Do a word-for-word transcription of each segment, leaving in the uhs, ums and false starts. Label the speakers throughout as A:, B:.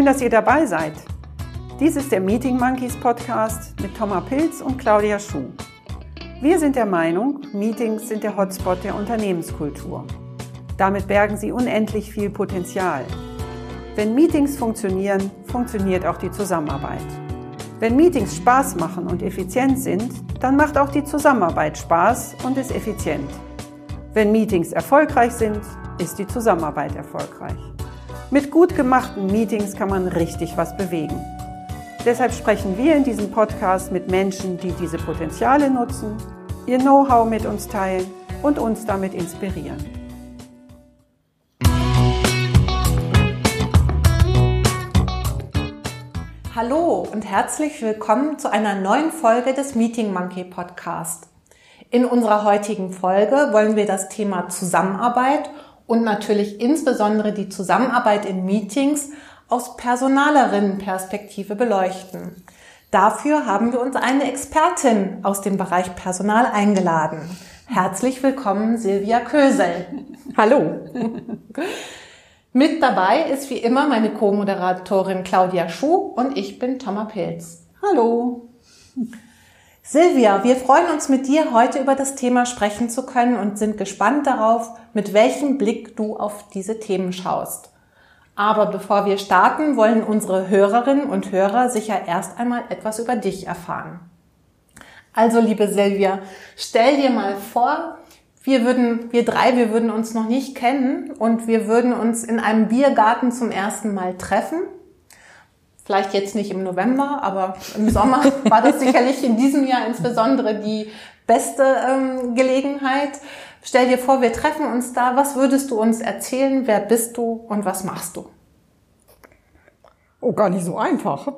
A: dass ihr dabei seid. Dies ist der Meeting Monkeys Podcast mit Thomas Pilz und Claudia Schuh. Wir sind der Meinung, Meetings sind der Hotspot der Unternehmenskultur. Damit bergen sie unendlich viel Potenzial. Wenn Meetings funktionieren, funktioniert auch die Zusammenarbeit. Wenn Meetings Spaß machen und effizient sind, dann macht auch die Zusammenarbeit Spaß und ist effizient. Wenn Meetings erfolgreich sind, ist die Zusammenarbeit erfolgreich. Mit gut gemachten Meetings kann man richtig was bewegen. Deshalb sprechen wir in diesem Podcast mit Menschen, die diese Potenziale nutzen, ihr Know-how mit uns teilen und uns damit inspirieren.
B: Hallo und herzlich willkommen zu einer neuen Folge des Meeting Monkey Podcast. In unserer heutigen Folge wollen wir das Thema Zusammenarbeit und natürlich insbesondere die Zusammenarbeit in Meetings aus Personalerinnenperspektive beleuchten. Dafür haben wir uns eine Expertin aus dem Bereich Personal eingeladen. Herzlich willkommen, Silvia Kösel.
C: Hallo.
B: Mit dabei ist wie immer meine Co-Moderatorin Claudia Schuh und ich bin Thomas Pilz.
A: Hallo.
B: Silvia, wir freuen uns mit dir heute über das Thema sprechen zu können und sind gespannt darauf, mit welchem Blick du auf diese Themen schaust. Aber bevor wir starten, wollen unsere Hörerinnen und Hörer sicher erst einmal etwas über dich erfahren. Also, liebe Silvia, stell dir mal vor, Wir würden, wir drei, wir würden uns noch nicht kennen und wir würden uns in einem Biergarten zum ersten Mal treffen. Vielleicht jetzt nicht im November, aber im Sommer war das sicherlich in diesem Jahr insbesondere die beste ähm, Gelegenheit. Stell dir vor, wir treffen uns da. Was würdest du uns erzählen? Wer bist du und was machst du?
C: Oh, gar nicht so einfach.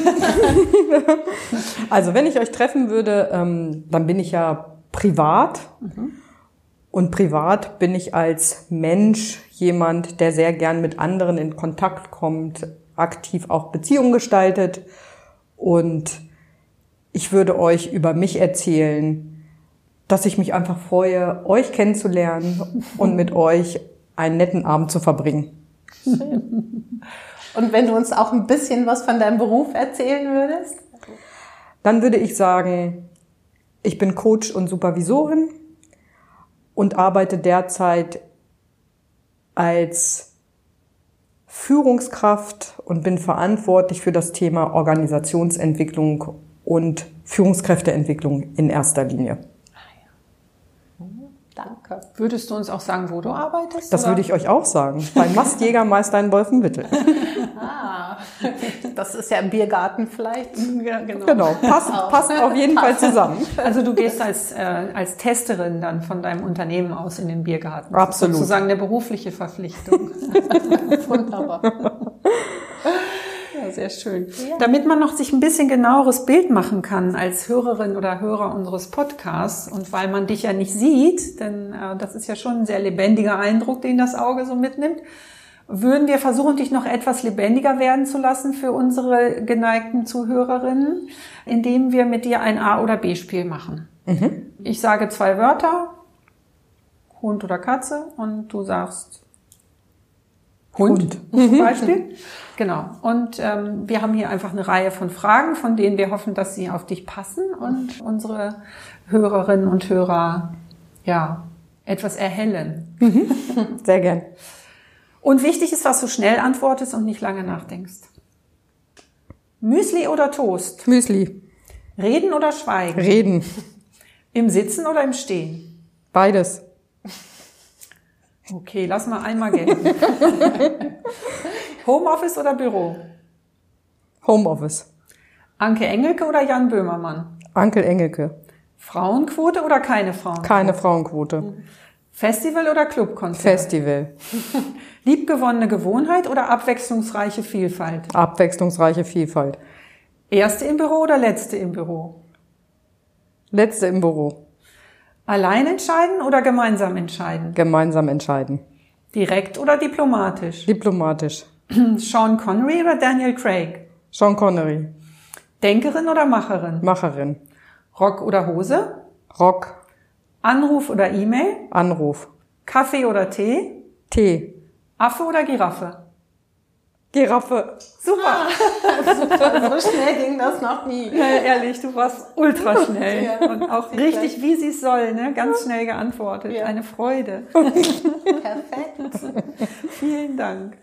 C: Also, wenn ich euch treffen würde, ähm, dann bin ich ja privat. Mhm. Und privat bin ich als Mensch jemand, der sehr gern mit anderen in Kontakt kommt, aktiv auch Beziehungen gestaltet. Und ich würde euch über mich erzählen, dass ich mich einfach freue, euch kennenzulernen und mit euch einen netten Abend zu verbringen.
B: Und wenn du uns auch ein bisschen was von deinem Beruf erzählen würdest?
C: Dann würde ich sagen, ich bin Coach und Supervisorin und arbeite derzeit als Führungskraft und bin verantwortlich für das Thema Organisationsentwicklung und Führungskräfteentwicklung in erster Linie.
B: Danke.
A: Würdest du uns auch sagen, wo du arbeitest?
C: Das
A: oder?
C: Würde ich euch auch sagen. Beim Mastjägermeister in Wolfenbüttel.
B: Ah, das ist ja im Biergarten vielleicht.
C: Ja, genau. Genau, passt, passt auf jeden Fall zusammen.
A: Also du gehst als, äh, als Testerin dann von deinem Unternehmen aus in den Biergarten.
C: Absolut.
A: Sozusagen eine berufliche Verpflichtung.
B: Wunderbar.
A: Ja, sehr schön. Ja. Damit man noch sich ein bisschen genaueres Bild machen kann als Hörerin oder Hörer unseres Podcasts und weil man dich ja nicht sieht, denn äh, das ist ja schon ein sehr lebendiger Eindruck, den das Auge so mitnimmt, würden wir versuchen, dich noch etwas lebendiger werden zu lassen für unsere geneigten Zuhörerinnen, indem wir mit dir ein A- oder B-Spiel machen. Mhm. Ich sage zwei Wörter, Hund oder Katze, und du sagst Hund, Hund. Zum Beispiel. Genau. Und ähm, wir haben hier einfach eine Reihe von Fragen, von denen wir hoffen, dass sie auf dich passen und unsere Hörerinnen und Hörer ja etwas erhellen.
C: Mhm. Sehr gern.
A: Und wichtig ist, dass du schnell antwortest und nicht lange nachdenkst. Müsli oder Toast?
C: Müsli.
A: Reden oder schweigen?
C: Reden.
A: Im Sitzen oder im Stehen?
C: Beides.
A: Okay, lass mal einmal gelten. Homeoffice oder Büro?
C: Homeoffice.
A: Anke Engelke oder Jan Böhmermann?
C: Anke Engelke.
A: Frauenquote oder keine Frauenquote?
C: Keine Frauenquote.
A: Festival oder Clubkonzert?
C: Festival.
A: Liebgewonnene Gewohnheit oder abwechslungsreiche Vielfalt?
C: Abwechslungsreiche Vielfalt.
A: Erste im Büro oder letzte im Büro?
C: Letzte im Büro.
A: Allein entscheiden oder gemeinsam entscheiden?
C: Gemeinsam entscheiden.
A: Direkt oder diplomatisch?
C: Diplomatisch.
A: Sean Connery oder Daniel Craig?
C: Sean Connery.
A: Denkerin oder Macherin?
C: Macherin.
A: Rock oder Hose?
C: Rock.
A: Anruf oder E-Mail?
C: Anruf.
A: Kaffee oder Tee?
C: Tee.
A: Affe oder Giraffe?
C: Giraffe.
B: Super. Super. So schnell ging das noch nie.
A: Ja, ehrlich, du warst ultra schnell. Ja. Und auch richtig, wie sie es soll, ne? Ganz schnell geantwortet. Ja. Eine Freude.
B: Perfekt.
A: Vielen Dank.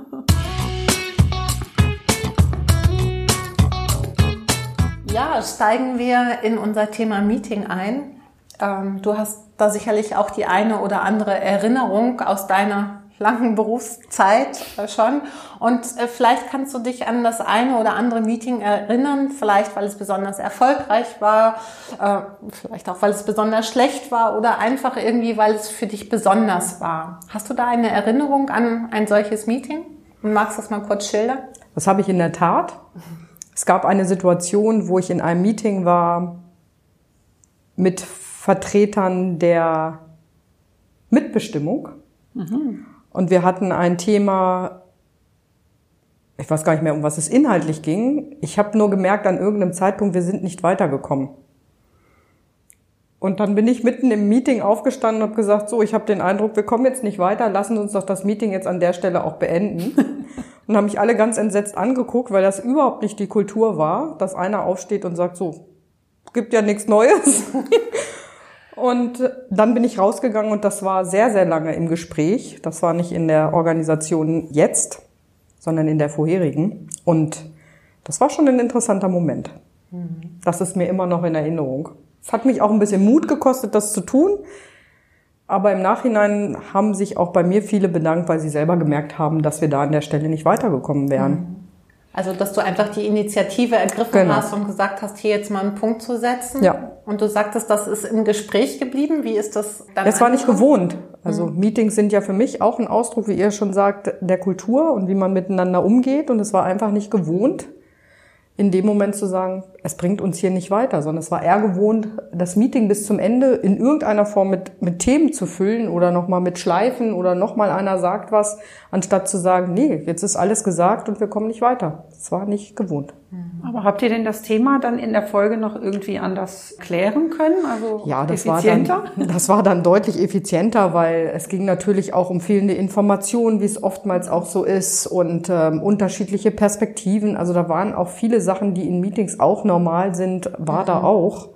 B: Ja, steigen wir in unser Thema Meeting ein. Ähm, du hast da sicherlich auch die eine oder andere Erinnerung aus deiner langen Berufszeit schon. Und äh, vielleicht kannst du dich an das eine oder andere Meeting erinnern, vielleicht weil es besonders erfolgreich war, äh, vielleicht auch weil es besonders schlecht war oder einfach irgendwie, weil es für dich besonders war. Hast du da eine Erinnerung an ein solches Meeting? Und magst du das mal kurz schildern?
C: Das habe ich in der Tat. Es gab eine Situation, wo ich in einem Meeting war mit Vertretern der Mitbestimmung. Mhm. Und wir hatten ein Thema, ich weiß gar nicht mehr, um was es inhaltlich ging. Ich habe nur gemerkt an irgendeinem Zeitpunkt, wir sind nicht weitergekommen. Und dann bin ich mitten im Meeting aufgestanden und habe gesagt, so, ich habe den Eindruck, wir kommen jetzt nicht weiter, lassen uns doch das Meeting jetzt an der Stelle auch beenden. Und haben mich alle ganz entsetzt angeguckt, weil das überhaupt nicht die Kultur war, dass einer aufsteht und sagt, so, gibt ja nichts Neues. Und dann bin ich rausgegangen und das war sehr, sehr lange im Gespräch. Das war nicht in der Organisation jetzt, sondern in der vorherigen. Und das war schon ein interessanter Moment. Mhm. Das ist mir immer noch in Erinnerung. Es hat mich auch ein bisschen Mut gekostet, das zu tun. Aber im Nachhinein haben sich auch bei mir viele bedankt, weil sie selber gemerkt haben, dass wir da an der Stelle nicht weitergekommen wären.
B: Also, dass du einfach die Initiative ergriffen genau. hast und gesagt hast, hier jetzt mal einen Punkt zu setzen.
C: Ja.
B: Und du sagtest, das ist im Gespräch geblieben. Wie ist das dann?
C: Das war nicht gewohnt. Also mhm. Meetings sind ja für mich auch ein Ausdruck, wie ihr schon sagt, der Kultur und wie man miteinander umgeht. Und es war einfach nicht gewohnt, in dem Moment zu sagen, es bringt uns hier nicht weiter, sondern es war eher gewohnt, das Meeting bis zum Ende in irgendeiner Form mit, mit Themen zu füllen oder nochmal mit Schleifen oder nochmal einer sagt was, anstatt zu sagen, nee, jetzt ist alles gesagt und wir kommen nicht weiter. Das war nicht gewohnt.
A: Aber habt ihr denn das Thema dann in der Folge noch irgendwie anders klären können? Also
C: ja, das
A: effizienter?
C: War dann, das war dann deutlich effizienter, weil es ging natürlich auch um fehlende Informationen, wie es oftmals auch so ist und ähm, unterschiedliche Perspektiven. Also da waren auch viele Sachen, die in Meetings auch normal sind, war mhm. da auch.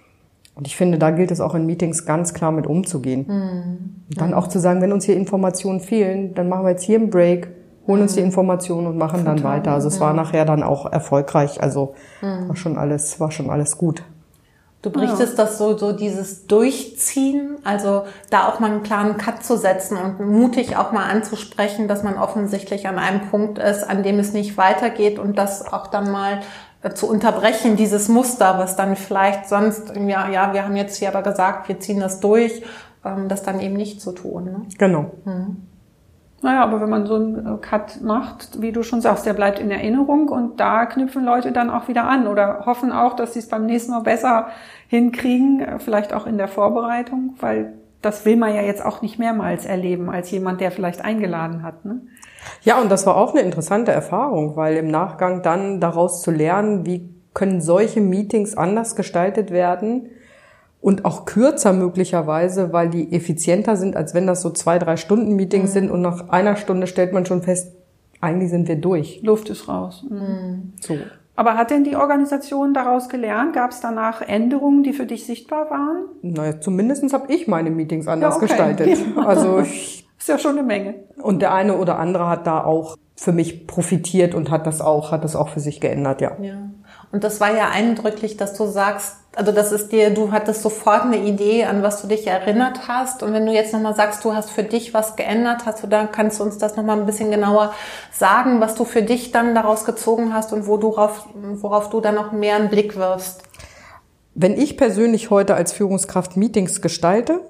C: Und ich finde, da gilt es auch in Meetings ganz klar mit umzugehen. Mhm. Und dann auch zu sagen, wenn uns hier Informationen fehlen, dann machen wir jetzt hier einen Break, holen uns die Informationen und machen dann weiter. Also es war nachher dann auch erfolgreich. Also war schon alles, war schon alles gut.
B: Du berichtest ja. das so, so dieses Durchziehen, also da auch mal einen klaren Cut zu setzen und mutig auch mal anzusprechen, dass man offensichtlich an einem Punkt ist, an dem es nicht weitergeht und das auch dann mal zu unterbrechen, dieses Muster, was dann vielleicht sonst, ja, ja, wir haben jetzt hier aber gesagt, wir ziehen das durch, das dann eben nicht zu tun. Ne?
C: Genau.
B: Mhm.
A: Naja, aber wenn man so einen Cut macht, wie du schon sagst, der bleibt in Erinnerung und da knüpfen Leute dann auch wieder an oder hoffen auch, dass sie es beim nächsten Mal besser hinkriegen, vielleicht auch in der Vorbereitung, weil das will man ja jetzt auch nicht mehrmals erleben als jemand, der vielleicht eingeladen hat, ne?
C: Ja, und das war auch eine interessante Erfahrung, weil im Nachgang dann daraus zu lernen, wie können solche Meetings anders gestaltet werden, und auch kürzer möglicherweise, weil die effizienter sind, als wenn das so zwei, drei Stunden Meetings mhm. sind und nach einer Stunde stellt man schon fest, eigentlich sind wir durch.
A: Luft ist raus. Mhm.
C: So.
A: Aber hat denn die Organisation daraus gelernt? Gab es danach Änderungen, die für dich sichtbar waren?
C: Naja, zumindest habe ich meine Meetings anders
A: ja, okay.
C: gestaltet. Also ich,
A: ist ja schon eine Menge.
C: Und der eine oder andere hat da auch für mich profitiert und hat das auch, hat das auch für sich geändert, ja.
B: Ja. Und das war ja eindrücklich, dass du sagst, also das ist dir, du hattest sofort eine Idee, an was du dich erinnert hast. Und wenn du jetzt nochmal sagst, du hast für dich was geändert, hast du da, kannst du uns das nochmal ein bisschen genauer sagen, was du für dich dann daraus gezogen hast und wo du rauf, worauf du dann noch mehr einen Blick wirfst?
C: Wenn ich persönlich heute als Führungskraft Meetings gestalte,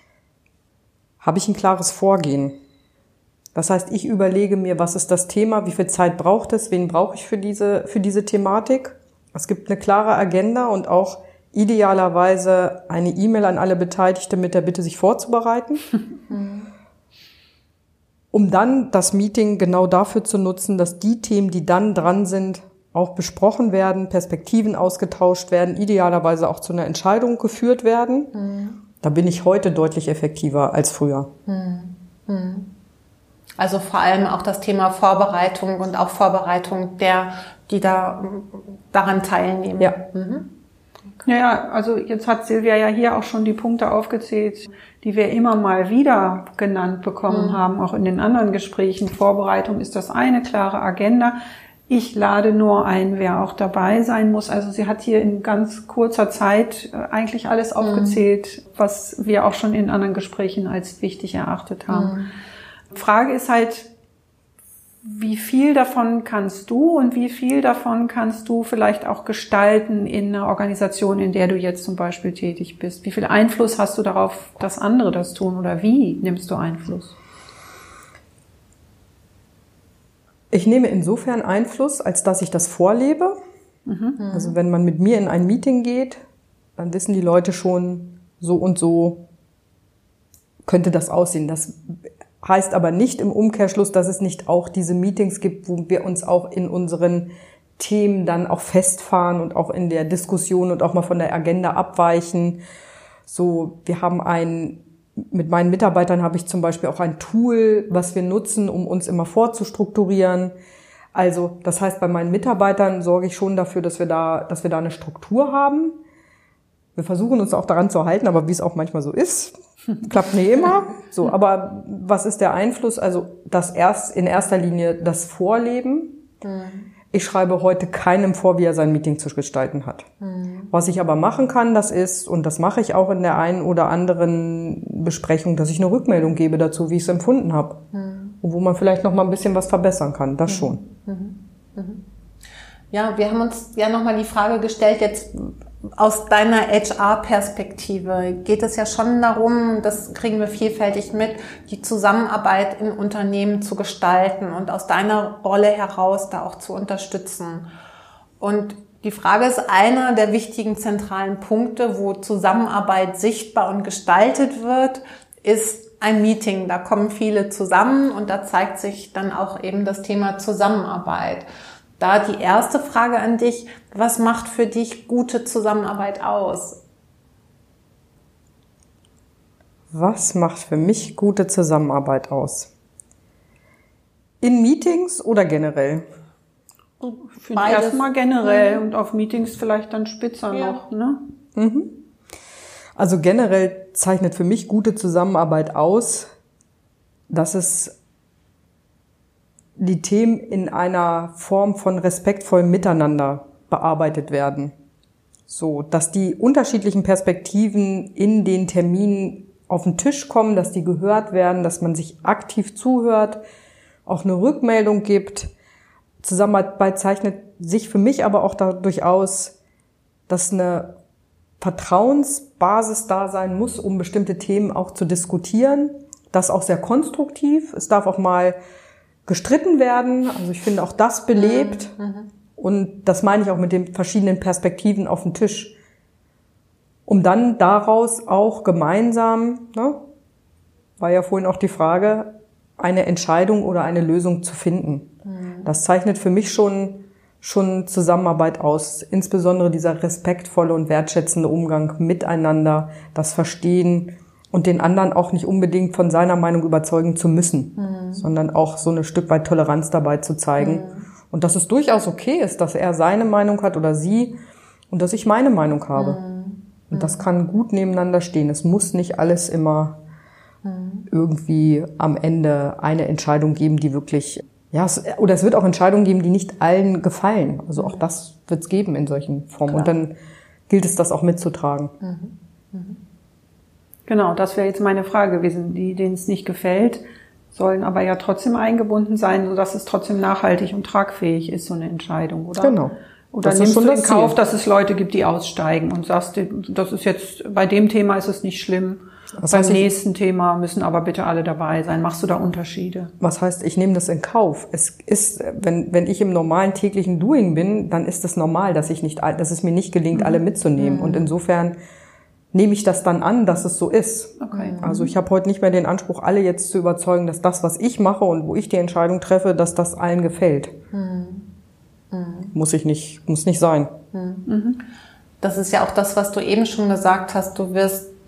C: habe ich ein klares Vorgehen. Das heißt, ich überlege mir, was ist das Thema, wie viel Zeit braucht es, wen brauche ich für diese, für diese Thematik. Es gibt eine klare Agenda und auch idealerweise eine E-Mail an alle Beteiligten mit der Bitte, sich vorzubereiten, um dann das Meeting genau dafür zu nutzen, dass die Themen, die dann dran sind, auch besprochen werden, Perspektiven ausgetauscht werden, idealerweise auch zu einer Entscheidung geführt werden. Mhm. Da bin ich heute deutlich effektiver als früher.
B: Mhm. Mhm. Also vor allem auch das Thema Vorbereitung und auch Vorbereitung der, die da daran teilnehmen.
C: Ja.
B: Mhm.
A: Ja, also jetzt hat Silvia ja hier auch schon die Punkte aufgezählt, die wir immer mal wieder genannt bekommen mhm. haben, auch in den anderen Gesprächen. Vorbereitung ist das eine, klare Agenda. Ich lade nur ein, wer auch dabei sein muss. Also sie hat hier in ganz kurzer Zeit eigentlich alles aufgezählt, mhm. was wir auch schon in anderen Gesprächen als wichtig erachtet haben. Mhm. Frage ist halt, wie viel davon kannst du und wie viel davon kannst du vielleicht auch gestalten in einer Organisation, in der du jetzt zum Beispiel tätig bist? Wie viel Einfluss hast du darauf, dass andere das tun, oder wie nimmst du Einfluss?
C: Ich nehme insofern Einfluss, als dass ich das vorlebe. Mhm. Also wenn man mit mir in ein Meeting geht, dann wissen die Leute schon, so und so könnte das aussehen. Das heißt aber nicht im Umkehrschluss, dass es nicht auch diese Meetings gibt, wo wir uns auch in unseren Themen dann auch festfahren und auch in der Diskussion und auch mal von der Agenda abweichen. So, wir haben ein, mit meinen Mitarbeitern habe ich zum Beispiel auch ein Tool, was wir nutzen, um uns immer vorzustrukturieren. Also, das heißt, bei meinen Mitarbeitern sorge ich schon dafür, dass wir da, dass wir da eine Struktur haben. Wir versuchen uns auch daran zu halten, aber wie es auch manchmal so ist, klappt nicht immer. So, aber was ist der Einfluss? Also das erst in erster Linie das Vorleben. Mhm. Ich schreibe heute keinem vor, wie er sein Meeting zu gestalten hat. Mhm. Was ich aber machen kann, das ist, und das mache ich auch in der einen oder anderen Besprechung, dass ich eine Rückmeldung gebe dazu, wie ich es empfunden habe. Mhm. Und wo man vielleicht noch mal ein bisschen was verbessern kann. Das mhm. schon.
B: Mhm. Mhm. Ja, wir haben uns ja noch mal die Frage gestellt, jetzt aus deiner H R-Perspektive geht es ja schon darum, das kriegen wir vielfältig mit, die Zusammenarbeit im Unternehmen zu gestalten und aus deiner Rolle heraus da auch zu unterstützen. Und die Frage ist, einer der wichtigen zentralen Punkte, wo Zusammenarbeit sichtbar und gestaltet wird, ist ein Meeting. Da kommen viele zusammen und da zeigt sich dann auch eben das Thema Zusammenarbeit. Da die erste Frage an dich, was macht für dich gute Zusammenarbeit aus?
C: Was macht für mich gute Zusammenarbeit aus? In Meetings oder generell?
A: Ich finde erstmal generell und auf Meetings vielleicht dann spitzer ja. noch, ne?
C: Mhm. Also generell zeichnet für mich gute Zusammenarbeit aus, dass es die Themen in einer Form von respektvollem Miteinander bearbeitet werden. So, dass die unterschiedlichen Perspektiven in den Terminen auf den Tisch kommen, dass die gehört werden, dass man sich aktiv zuhört, auch eine Rückmeldung gibt. Zusammenarbeit zeichnet sich für mich aber auch dadurch aus, dass eine Vertrauensbasis da sein muss, um bestimmte Themen auch zu diskutieren. Das auch sehr konstruktiv. Es darf auch mal gestritten werden. Also ich finde auch das belebt. Mhm. Und das meine ich auch mit den verschiedenen Perspektiven auf dem Tisch. Um dann daraus auch gemeinsam, ne, war ja vorhin auch die Frage, eine Entscheidung oder eine Lösung zu finden. Mhm. Das zeichnet für mich schon, schon Zusammenarbeit aus. Insbesondere dieser respektvolle und wertschätzende Umgang miteinander, das Verstehen und den anderen auch nicht unbedingt von seiner Meinung überzeugen zu müssen, mhm. sondern auch so ein Stück weit Toleranz dabei zu zeigen. Mhm. Und dass es durchaus okay ist, dass er seine Meinung hat oder sie und dass ich meine Meinung habe. Mhm. Und das kann gut nebeneinander stehen. Es muss nicht alles immer mhm. irgendwie am Ende eine Entscheidung geben, die wirklich, ja, es, oder es wird auch Entscheidungen geben, die nicht allen gefallen. Also auch das wird es geben in solchen Formen. Klar. Und dann gilt es, das auch mitzutragen.
B: Mhm. Mhm.
A: Genau, das wäre jetzt meine Frage gewesen. Die, denen es nicht gefällt, sollen aber ja trotzdem eingebunden sein, sodass es trotzdem nachhaltig und tragfähig ist, so eine Entscheidung, oder?
C: Genau.
A: Oder das nimmst du in Kauf, dass es Leute gibt, die aussteigen und sagst, das ist jetzt, bei dem Thema ist es nicht schlimm, was beim nächsten Thema müssen aber bitte alle dabei sein. Machst du da Unterschiede?
C: Was heißt, ich nehme das in Kauf? Es ist, wenn, wenn ich im normalen täglichen Doing bin, dann ist es normal, dass ich nicht, dass es mir nicht gelingt, mhm. alle mitzunehmen. Mhm. Und insofern nehme ich das dann an, dass es so ist.
A: Okay.
C: Also ich habe heute nicht mehr den Anspruch, alle jetzt zu überzeugen, dass das, was ich mache und wo ich die Entscheidung treffe, dass das allen gefällt.
B: Mhm. Mhm.
C: Muss ich nicht, muss nicht sein.
B: Mhm. Das ist ja auch das, was du eben schon gesagt hast. Du wirst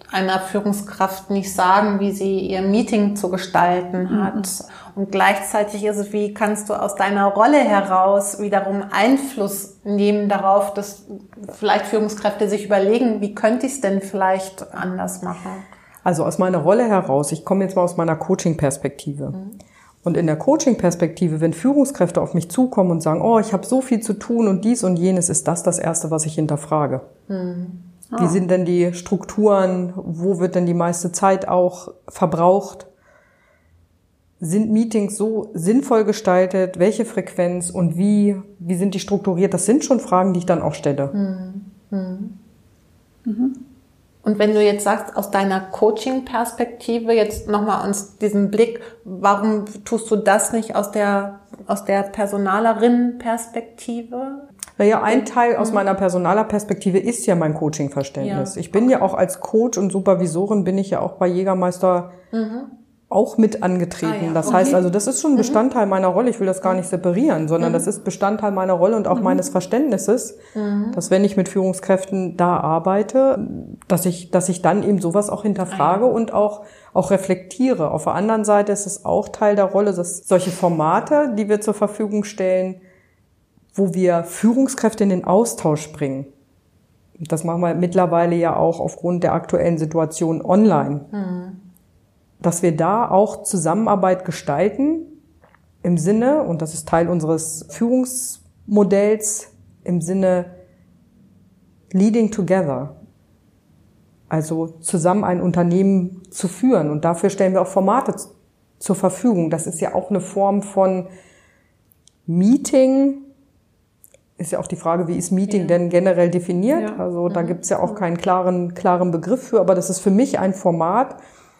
B: einer Führungskraft nicht sagen, wie sie ihr Meeting zu gestalten hat. Mhm. Und gleichzeitig ist es, wie kannst du aus deiner Rolle heraus wiederum Einfluss nehmen darauf, dass vielleicht Führungskräfte sich überlegen, wie könnte ich es denn vielleicht anders machen?
C: Also aus meiner Rolle heraus, ich komme jetzt mal aus meiner Coaching-Perspektive. Mhm. Und in der Coaching-Perspektive, wenn Führungskräfte auf mich zukommen und sagen, oh, ich habe so viel zu tun und dies und jenes, ist das das Erste, was ich hinterfrage. Mhm. Wie sind denn die Strukturen? Wo wird denn die meiste Zeit auch verbraucht? Sind Meetings so sinnvoll gestaltet? Welche Frequenz und wie? Wie sind die strukturiert? Das sind schon Fragen, die ich dann auch stelle.
B: Hm. Hm. Mhm. Und wenn du jetzt sagst, aus deiner Coaching-Perspektive, jetzt nochmal uns diesen Blick, warum tust du das nicht aus der, aus der Personalerin-Perspektive?
C: Naja, ein Teil aus meiner Personalerperspektive ist ja mein Coaching-Verständnis. Ja. Ich bin ja auch als Coach und Supervisorin bin ich ja auch bei Jägermeister mhm. auch mit angetreten. Ah, ja. Das okay. heißt also, das ist schon ein Bestandteil mhm. meiner Rolle. Ich will das gar nicht separieren, sondern mhm. das ist Bestandteil meiner Rolle und auch mhm. meines Verständnisses, mhm. dass wenn ich mit Führungskräften da arbeite, dass ich, dass ich dann eben sowas auch hinterfrage ah, ja. und auch, auch reflektiere. Auf der anderen Seite ist es auch Teil der Rolle, dass solche Formate, die wir zur Verfügung stellen, wo wir Führungskräfte in den Austausch bringen. Das machen wir mittlerweile ja auch aufgrund der aktuellen Situation online. Mhm. Dass wir da auch Zusammenarbeit gestalten im Sinne, und das ist Teil unseres Führungsmodells, im Sinne Leading Together. Also zusammen ein Unternehmen zu führen. Und dafür stellen wir auch Formate zur Verfügung. Das ist ja auch eine Form von Meeting. Ist ja auch die Frage, wie ist Meeting ja. denn generell definiert? Ja. Also da mhm. gibt's ja auch keinen klaren, klaren Begriff für, aber das ist für mich ein Format,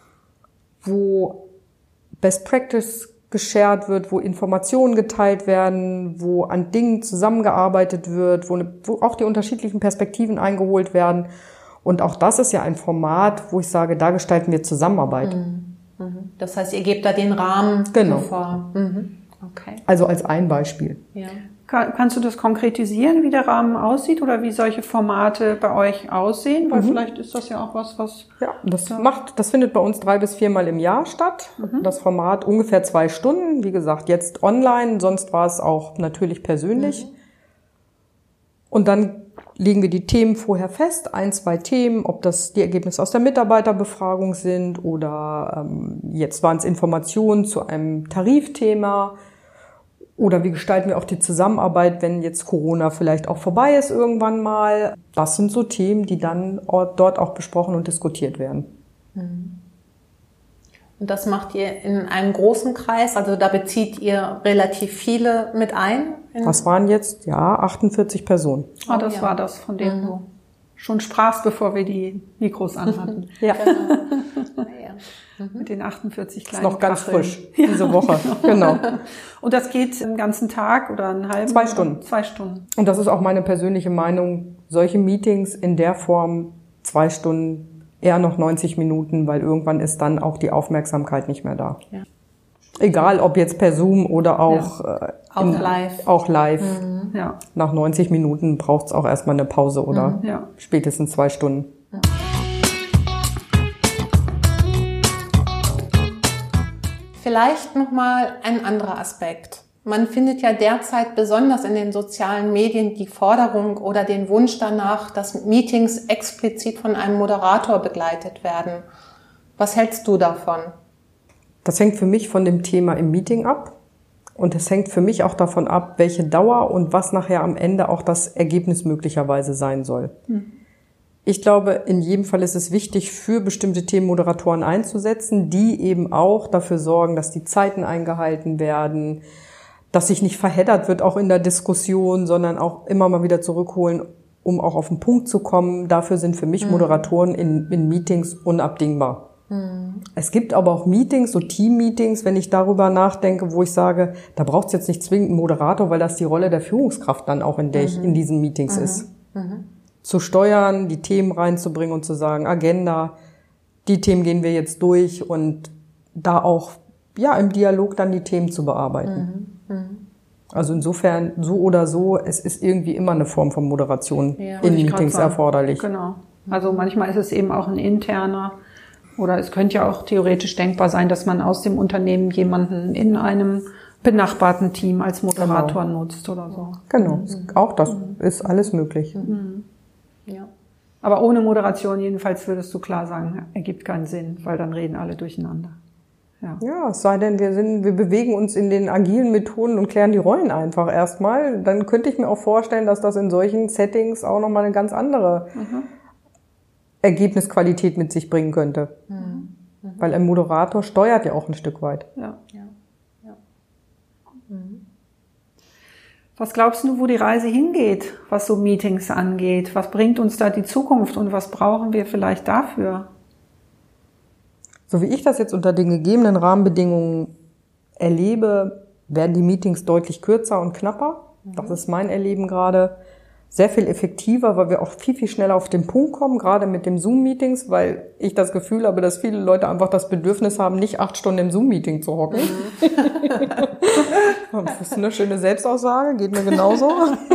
C: wo Best Practice geshared wird, wo Informationen geteilt werden, wo an Dingen zusammengearbeitet wird, wo, eine, wo auch die unterschiedlichen Perspektiven eingeholt werden. Und auch das ist ja ein Format, wo ich sage, da gestalten wir Zusammenarbeit.
B: Mhm. Mhm. Das heißt, ihr gebt da den Rahmen
C: genau.
B: vor. Mhm. Okay.
C: Also als ein Beispiel.
B: Ja.
A: Kannst du das konkretisieren, wie der Rahmen aussieht oder wie solche Formate bei euch aussehen? Weil mhm. vielleicht ist das ja auch was, was...
C: Ja, das da macht, das findet bei uns drei bis viermal im Jahr statt. Mhm. Das Format ungefähr zwei Stunden. Wie gesagt, jetzt online, sonst war es auch natürlich persönlich. Mhm. Und dann legen wir die Themen vorher fest, ein, zwei Themen, ob das die Ergebnisse aus der Mitarbeiterbefragung sind oder ähm, jetzt waren es Informationen zu einem Tarifthema. Oder wie gestalten wir auch die Zusammenarbeit, wenn jetzt Corona vielleicht auch vorbei ist irgendwann mal. Das sind so Themen, die dann dort auch besprochen und diskutiert werden.
B: Und das macht ihr in einem großen Kreis? Also da bezieht ihr relativ viele mit ein?
C: Das waren jetzt, ja, achtundvierzig Personen.
A: Ah, das ja. war das, von dem mhm. du schon sprachst, bevor wir die Mikros anhatten.
C: ja.
B: Genau. Ja.
A: Mit den achtundvierzig kleinen
C: Ist noch ganz
A: Kacheln.
C: frisch, diese ja, Woche. Genau.
A: Und das geht den ganzen Tag oder einen halben?
C: Zwei Stunden.
A: Zwei Stunden.
C: Und das ist auch meine persönliche Meinung. Solche Meetings in der Form, zwei Stunden, eher noch neunzig Minuten, weil irgendwann ist dann auch die Aufmerksamkeit nicht mehr da. Ja. Egal, ob jetzt per Zoom oder auch,
B: ja.
C: äh,
B: auch
C: in,
B: live.
C: Auch live.
B: Mhm.
A: Ja.
C: Nach neunzig Minuten braucht's auch erstmal eine Pause oder
A: mhm. ja.
C: spätestens zwei Stunden.
B: Ja. Vielleicht nochmal ein anderer Aspekt. Man findet ja derzeit besonders in den sozialen Medien die Forderung oder den Wunsch danach, dass Meetings explizit von einem Moderator begleitet werden. Was hältst du davon?
C: Das hängt für mich von dem Thema im Meeting ab. Und es hängt für mich auch davon ab, welche Dauer und was nachher am Ende auch das Ergebnis möglicherweise sein soll. Hm. Ich glaube, in jedem Fall ist es wichtig, für bestimmte Themen Moderatoren einzusetzen, die eben auch dafür sorgen, dass die Zeiten eingehalten werden, dass sich nicht verheddert wird, auch in der Diskussion, sondern auch immer mal wieder zurückholen, um auch auf den Punkt zu kommen. Dafür sind für mich Moderatoren in, in Meetings unabdingbar. Mhm. Es gibt aber auch Meetings, so Team-Meetings, wenn ich darüber nachdenke, wo ich sage, da braucht es jetzt nicht zwingend einen Moderator, weil das die Rolle der Führungskraft dann auch in der ich in diesen Meetings
B: mhm.
C: ist.
B: Mhm.
C: Zu steuern, die Themen reinzubringen und zu sagen, Agenda, die Themen gehen wir jetzt durch und da auch ja im Dialog dann die Themen zu bearbeiten. Mhm. Mhm. Also insofern, so oder so, es ist irgendwie immer eine Form von Moderation
B: ja.
C: in Meetings erforderlich.
A: Genau. Also manchmal ist es eben auch ein interner, oder es könnte ja auch theoretisch denkbar sein, dass man aus dem Unternehmen jemanden in einem benachbarten Team als Moderator genau. nutzt oder so.
C: Genau, mhm. auch das mhm. ist alles möglich.
A: Mhm. Ja. Aber ohne Moderation jedenfalls würdest du klar sagen, ergibt keinen Sinn, weil dann reden alle durcheinander. Ja.
C: ja, es sei denn, wir sind, wir bewegen uns in den agilen Methoden und klären die Rollen einfach erstmal. Dann könnte ich mir auch vorstellen, dass das in solchen Settings auch nochmal eine ganz andere mhm. Ergebnisqualität mit sich bringen könnte. Mhm. Mhm. Weil ein Moderator steuert ja auch ein Stück weit.
A: Ja, ja, ja. Mhm. Was glaubst du, wo die Reise hingeht, was so Meetings angeht? Was bringt uns da die Zukunft und was brauchen wir vielleicht dafür?
C: So wie ich das jetzt unter den gegebenen Rahmenbedingungen erlebe, werden die Meetings deutlich kürzer und knapper. Mhm. Das ist mein Erleben gerade. Sehr viel effektiver, weil wir auch viel, viel schneller auf den Punkt kommen, gerade mit den Zoom-Meetings, weil ich das Gefühl habe, dass viele Leute einfach das Bedürfnis haben, nicht acht Stunden im Zoom-Meeting zu hocken. Mhm. Das ist eine schöne Selbstaussage, geht mir genauso.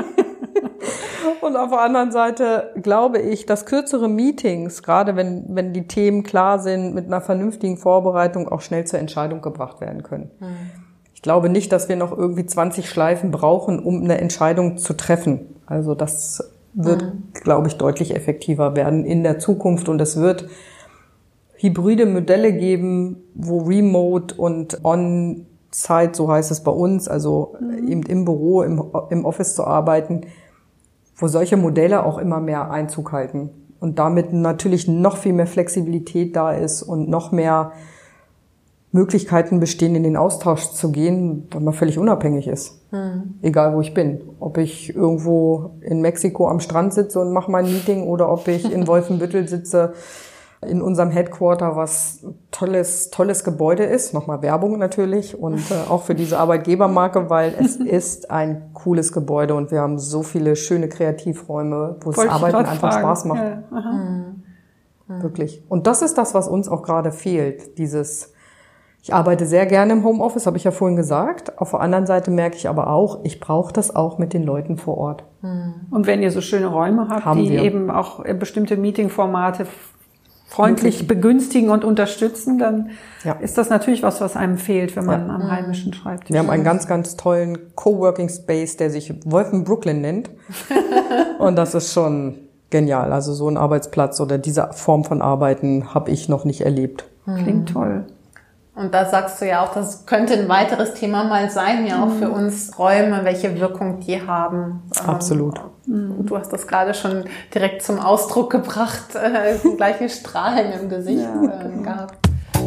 C: Und auf der anderen Seite glaube ich, dass kürzere Meetings, gerade wenn, wenn die Themen klar sind, mit einer vernünftigen Vorbereitung auch schnell zur Entscheidung gebracht werden können. Mhm. Ich glaube nicht, dass wir noch irgendwie zwanzig Schleifen brauchen, um eine Entscheidung zu treffen. Also das wird, mhm. glaube ich, deutlich effektiver werden in der Zukunft. Und es wird hybride Modelle geben, wo Remote und On-Site, so heißt es bei uns, also mhm. eben im Büro, im, im Office zu arbeiten, wo solche Modelle auch immer mehr Einzug halten. Und damit natürlich noch viel mehr Flexibilität da ist und noch mehr Möglichkeiten bestehen, in den Austausch zu gehen, weil man völlig unabhängig ist. Mhm. Egal, wo ich bin. Ob ich irgendwo in Mexiko am Strand sitze und mache mein Meeting oder ob ich in Wolfenbüttel sitze in unserem Headquarter, was tolles, tolles Gebäude ist. Nochmal Werbung natürlich und äh, auch für diese Arbeitgebermarke, weil es ist ein cooles Gebäude und wir haben so viele schöne Kreativräume, wo das Arbeiten einfach fragen. Spaß macht. Ja. Mhm. Wirklich. Und das ist das, was uns auch gerade fehlt. Dieses Ich arbeite sehr gerne im Homeoffice, habe ich ja vorhin gesagt. Auf der anderen Seite merke ich aber auch, ich brauche das auch mit den Leuten vor Ort.
A: Und wenn ihr so schöne Räume habt, Haben die wir. eben auch bestimmte Meetingformate freundlich Wirklich? begünstigen und unterstützen, dann ja. ist das natürlich was, was einem fehlt, wenn man ja. am heimischen Schreibtisch ist.
C: Wir haben einen ganz, ganz tollen Coworking Space, der sich Wolfen Brooklyn nennt. Und das ist schon genial. Also so ein Arbeitsplatz oder diese Form von Arbeiten habe ich noch nicht erlebt.
A: Klingt toll.
B: Und da sagst du ja auch, das könnte ein weiteres Thema mal sein, ja auch für uns Räume, welche Wirkung die haben.
C: Absolut.
B: Ähm, du hast das gerade schon direkt zum Ausdruck gebracht, äh, gleiche Strahlen im Gesicht ja, äh, gehabt.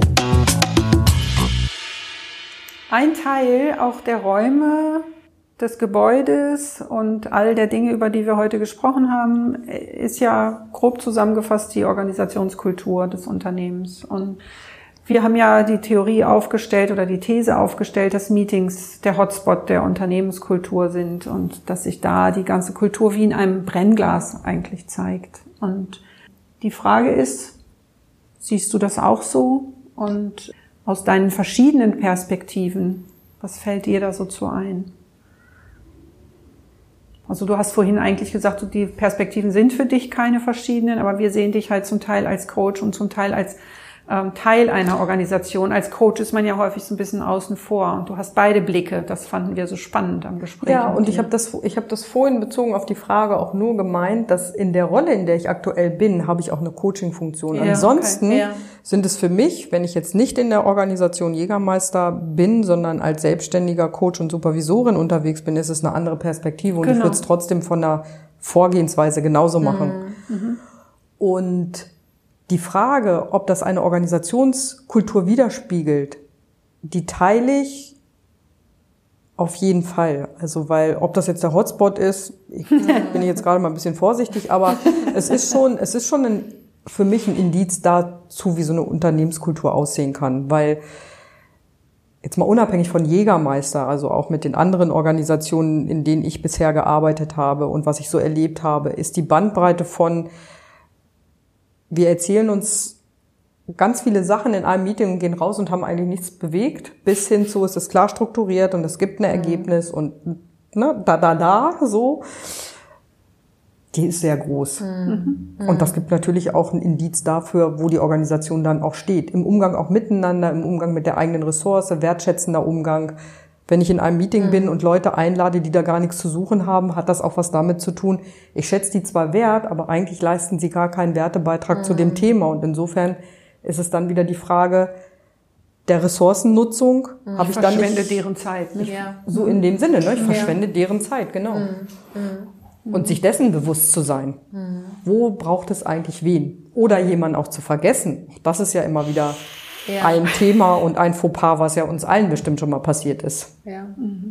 A: Ein Teil auch der Räume des Gebäudes und all der Dinge, über die wir heute gesprochen haben, ist ja grob zusammengefasst die Organisationskultur des Unternehmens. Und wir haben ja die Theorie aufgestellt oder die These aufgestellt, dass Meetings der Hotspot der Unternehmenskultur sind und dass sich da die ganze Kultur wie in einem Brennglas eigentlich zeigt. Und die Frage ist, siehst du das auch so? Und aus deinen verschiedenen Perspektiven, was fällt dir da so zu ein? Also du hast vorhin eigentlich gesagt, die Perspektiven sind für dich keine verschiedenen, aber wir sehen dich halt zum Teil als Coach und zum Teil als Teil einer Organisation. Als Coach ist man ja häufig so ein bisschen außen vor und du hast beide Blicke. Das fanden wir so spannend am Gespräch.
C: Ja, und ich habe das, ich habe das vorhin bezogen auf die Frage auch nur gemeint, dass in der Rolle, in der ich aktuell bin, habe ich auch eine Coaching-Funktion. Ja, Ansonsten okay. ja. sind es für mich, wenn ich jetzt nicht in der Organisation Jägermeister bin, sondern als selbstständiger Coach und Supervisorin unterwegs bin, ist es eine andere Perspektive und genau. ich würde es trotzdem von der Vorgehensweise genauso machen. Mhm. Und die Frage, ob das eine Organisationskultur widerspiegelt, die teile ich auf jeden Fall. Also, weil, ob das jetzt der Hotspot ist, ich bin jetzt gerade mal ein bisschen vorsichtig, aber es ist schon, es ist schon ein, für mich ein Indiz dazu, wie so eine Unternehmenskultur aussehen kann, weil jetzt mal unabhängig von Jägermeister, also auch mit den anderen Organisationen, in denen ich bisher gearbeitet habe und was ich so erlebt habe, ist die Bandbreite von wir erzählen uns ganz viele Sachen in einem Meeting und gehen raus und haben eigentlich nichts bewegt, bis hin zu, es ist klar strukturiert und es gibt ein Ergebnis und ne, da, da, da, so. die ist sehr groß. Mhm. Und das gibt natürlich auch ein Indiz dafür, wo die Organisation dann auch steht. Im Umgang auch miteinander, im Umgang mit der eigenen Ressource, wertschätzender Umgang. Wenn ich in einem Meeting mhm. bin und Leute einlade, die da gar nichts zu suchen haben, hat das auch was damit zu tun. Ich schätze die zwar wert, aber eigentlich leisten sie gar keinen Wertebeitrag mhm. zu dem Thema. Und insofern ist es dann wieder die Frage der Ressourcennutzung. Mhm. Habe ich, ich dann
A: verschwende
C: nicht,
A: deren Zeit. Nicht?
B: Ja.
C: So in dem Sinne, ne? Ich
B: ja.
C: verschwende deren Zeit, genau. Mhm. Mhm. Und sich dessen bewusst zu sein. Mhm. Wo braucht es eigentlich wen? Oder jemanden auch zu vergessen. Das ist ja immer wieder ja. ein Thema und ein Fauxpas, was ja uns allen bestimmt schon mal passiert ist.
B: Ja. Mhm.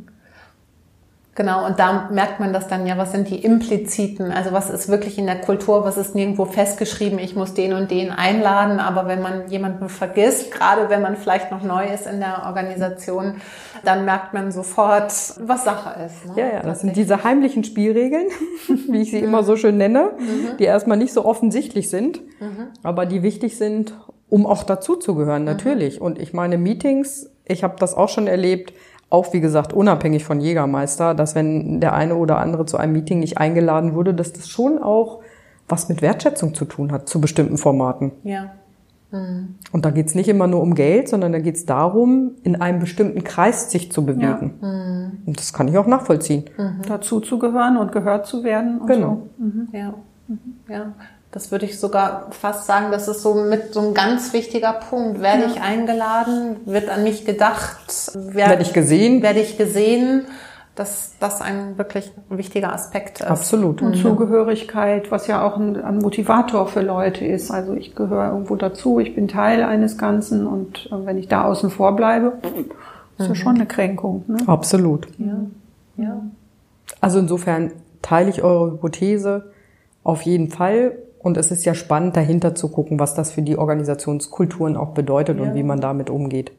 B: Genau, und da merkt man das dann ja, was sind die impliziten, also was ist wirklich in der Kultur, was ist nirgendwo festgeschrieben, ich muss den und den einladen, aber wenn man jemanden vergisst, gerade wenn man vielleicht noch neu ist in der Organisation, dann merkt man sofort, was Sache ist. Ne?
C: Ja, ja, das sind diese heimlichen Spielregeln, wie ich sie immer so schön nenne, mhm. die erstmal nicht so offensichtlich sind, mhm. aber die wichtig sind, um auch dazuzugehören, natürlich. Mhm. Und ich meine, Meetings, ich habe das auch schon erlebt, auch, wie gesagt, unabhängig von Jägermeister, dass wenn der eine oder andere zu einem Meeting nicht eingeladen wurde, dass das schon auch was mit Wertschätzung zu tun hat, zu bestimmten Formaten.
B: Ja. Mhm.
C: Und da geht's nicht immer nur um Geld, sondern da geht's darum, in einem bestimmten Kreis sich zu bewegen. Ja. Mhm. Und das kann ich auch nachvollziehen.
A: Mhm. Dazu zu gehören und gehört zu werden. Und
C: genau.
A: So. Mhm.
B: Ja. Mhm. Ja. Das würde ich sogar fast sagen, das ist so mit so ein ganz wichtiger Punkt. Werde ja. ich eingeladen? Wird an mich gedacht? Werde,
C: werde ich gesehen?
B: Werde ich gesehen? Dass das ein wirklich wichtiger Aspekt ist.
C: Absolut.
A: Und mhm. Zugehörigkeit, was ja auch ein, ein Motivator für Leute ist. Also ich gehöre irgendwo dazu, ich bin Teil eines Ganzen und wenn ich da außen vor bleibe, ist mhm. ja schon eine Kränkung. Ne?
C: Absolut.
B: Ja. Ja.
C: Also insofern teile ich eure Hypothese auf jeden Fall. Und es ist ja spannend, dahinter zu gucken, was das für die Organisationskulturen auch bedeutet ja. und wie man damit umgeht.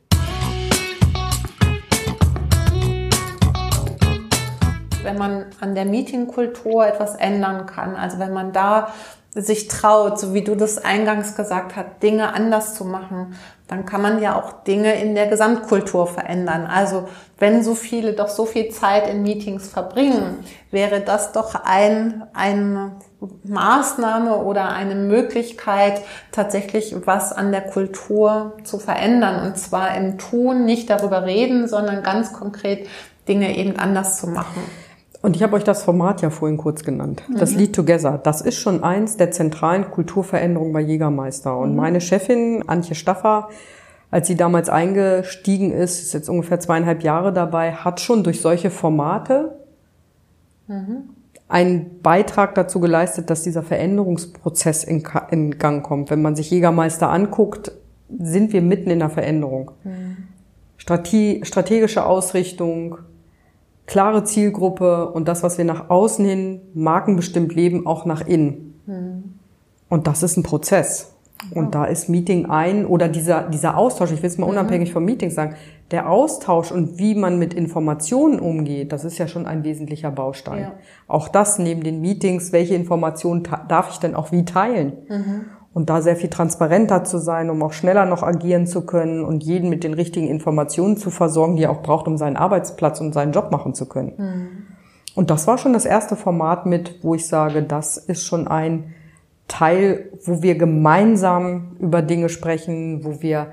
B: Wenn man an der Meetingkultur etwas ändern kann, also wenn man da sich traut, so wie du das eingangs gesagt hast, Dinge anders zu machen, dann kann man ja auch Dinge in der Gesamtkultur verändern. Also wenn so viele doch so viel Zeit in Meetings verbringen, wäre das doch ein, eine Maßnahme oder eine Möglichkeit, tatsächlich was an der Kultur zu verändern. Und zwar im Tun, nicht darüber reden, sondern ganz konkret Dinge eben anders zu machen.
C: Und ich habe euch das Format ja vorhin kurz genannt. Das mhm. Lead Together, das ist schon eins der zentralen Kulturveränderungen bei Jägermeister. Und mhm. meine Chefin, Antje Staffer, als sie damals eingestiegen ist, ist jetzt ungefähr zweieinhalb Jahre dabei, hat schon durch solche Formate mhm. einen Beitrag dazu geleistet, dass dieser Veränderungsprozess in, in Gang kommt. Wenn man sich Jägermeister anguckt, sind wir mitten in der Veränderung. Mhm. Strate- strategische Ausrichtung, klare Zielgruppe und das, was wir nach außen hin markenbestimmt leben, auch nach innen. Mhm. Und das ist ein Prozess. Und oh. da ist Meeting ein oder dieser dieser Austausch, ich will es mal mhm. unabhängig vom Meeting sagen, der Austausch und wie man mit Informationen umgeht, das ist ja schon ein wesentlicher Baustein. Ja. Auch das neben den Meetings, welche Informationen ta- darf ich denn auch wie teilen? Mhm. Und da sehr viel transparenter zu sein, um auch schneller noch agieren zu können und jeden mit den richtigen Informationen zu versorgen, die er auch braucht, um seinen Arbeitsplatz und seinen Job machen zu können. Mhm. Und das war schon das erste Format mit, wo ich sage, das ist schon ein Teil, wo wir gemeinsam über Dinge sprechen, wo wir